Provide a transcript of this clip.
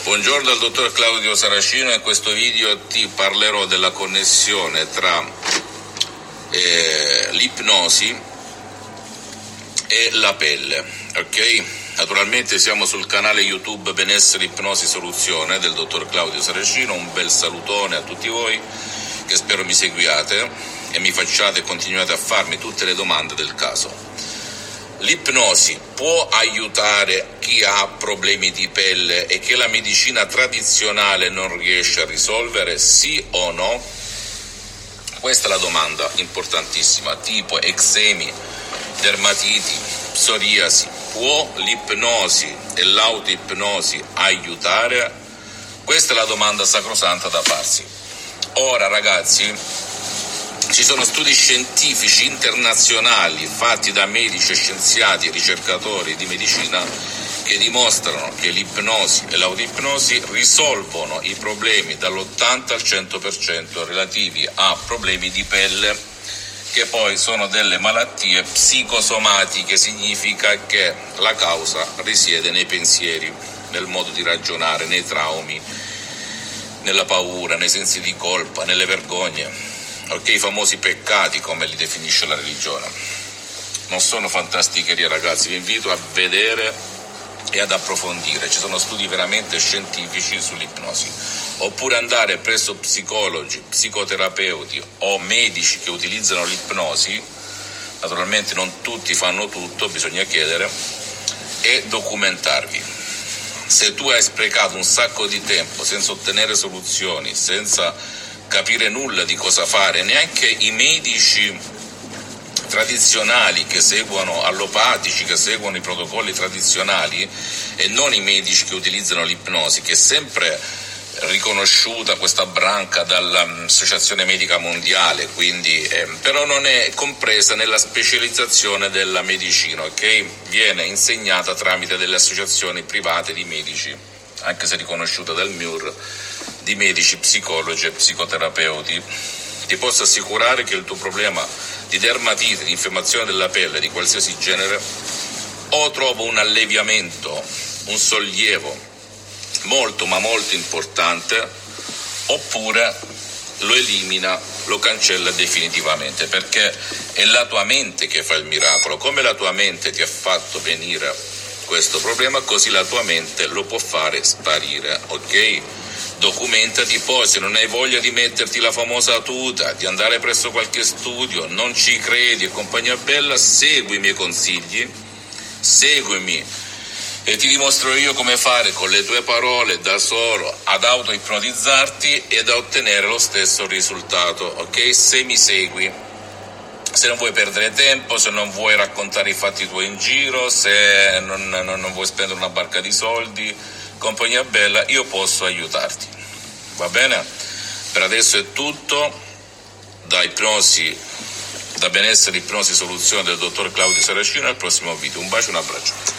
Buongiorno dal dottor Claudio Saracino. In questo video ti parlerò della connessione tra l'ipnosi e la pelle, ok? Naturalmente siamo sul canale YouTube Benessere Ipnosi Soluzione del dottor Claudio Saracino. Un bel salutone a tutti voi che spero mi seguiate e mi facciate e continuate a farmi tutte le domande del caso. L'ipnosi può aiutare chi ha problemi di pelle e che la medicina tradizionale non riesce a risolvere, sì o no? Questa è la domanda importantissima, tipo eczemi, dermatiti, psoriasi. Può l'ipnosi e l'autoipnosi aiutare? Questa è la domanda sacrosanta da farsi. Ora ragazzi, ci sono studi scientifici internazionali fatti da medici, scienziati e ricercatori di medicina che dimostrano che l'ipnosi e l'autoipnosi risolvono i problemi dall'80 al 100% relativi a problemi di pelle, che poi sono delle malattie psicosomatiche. Significa che la causa risiede nei pensieri, nel modo di ragionare, nei traumi, nella paura, nei sensi di colpa, nelle vergogne. Ok, i famosi peccati, come li definisce la religione. Non sono fantasticherie, ragazzi, vi invito a vedere e ad approfondire. Ci sono studi veramente scientifici sull'ipnosi. Oppure andare presso psicologi, psicoterapeuti o medici che utilizzano l'ipnosi. Naturalmente non tutti fanno tutto, bisogna chiedere, e documentarvi. Se tu hai sprecato un sacco di tempo senza ottenere soluzioni, senza capire nulla di cosa fare, neanche i medici tradizionali che seguono, allopatici che seguono i protocolli tradizionali, e non i medici che utilizzano l'ipnosi, che è sempre riconosciuta questa branca dall'Associazione Medica Mondiale, quindi però non è compresa nella specializzazione della medicina, ok? Viene insegnata tramite delle associazioni private di medici, anche se riconosciuta dal MIUR, di medici, psicologi e psicoterapeuti. Ti posso assicurare che il tuo problema di dermatite, di infiammazione della pelle di qualsiasi genere, o trovo un alleviamento, un sollievo molto ma molto importante, oppure lo elimina, lo cancella definitivamente, perché è la tua mente che fa il miracolo. Come la tua mente ti ha fatto venire questo problema, così la tua mente lo può fare sparire, ok? Documentati, poi se non hai voglia di metterti la famosa tuta, di andare presso qualche studio, non ci credi e compagnia bella, segui i miei consigli, seguimi e ti dimostro io come fare con le tue parole da solo ad auto-ipnotizzarti ed a ottenere lo stesso risultato, ok? Se mi segui. Se non vuoi perdere tempo, se non vuoi raccontare i fatti tuoi in giro, se non vuoi spendere una barca di soldi, compagnia bella, io posso aiutarti, va bene? Per adesso è tutto. Da Benessere Ipnosi Soluzione del dottor Claudio Saracino, al prossimo video. Un bacio e un abbraccio.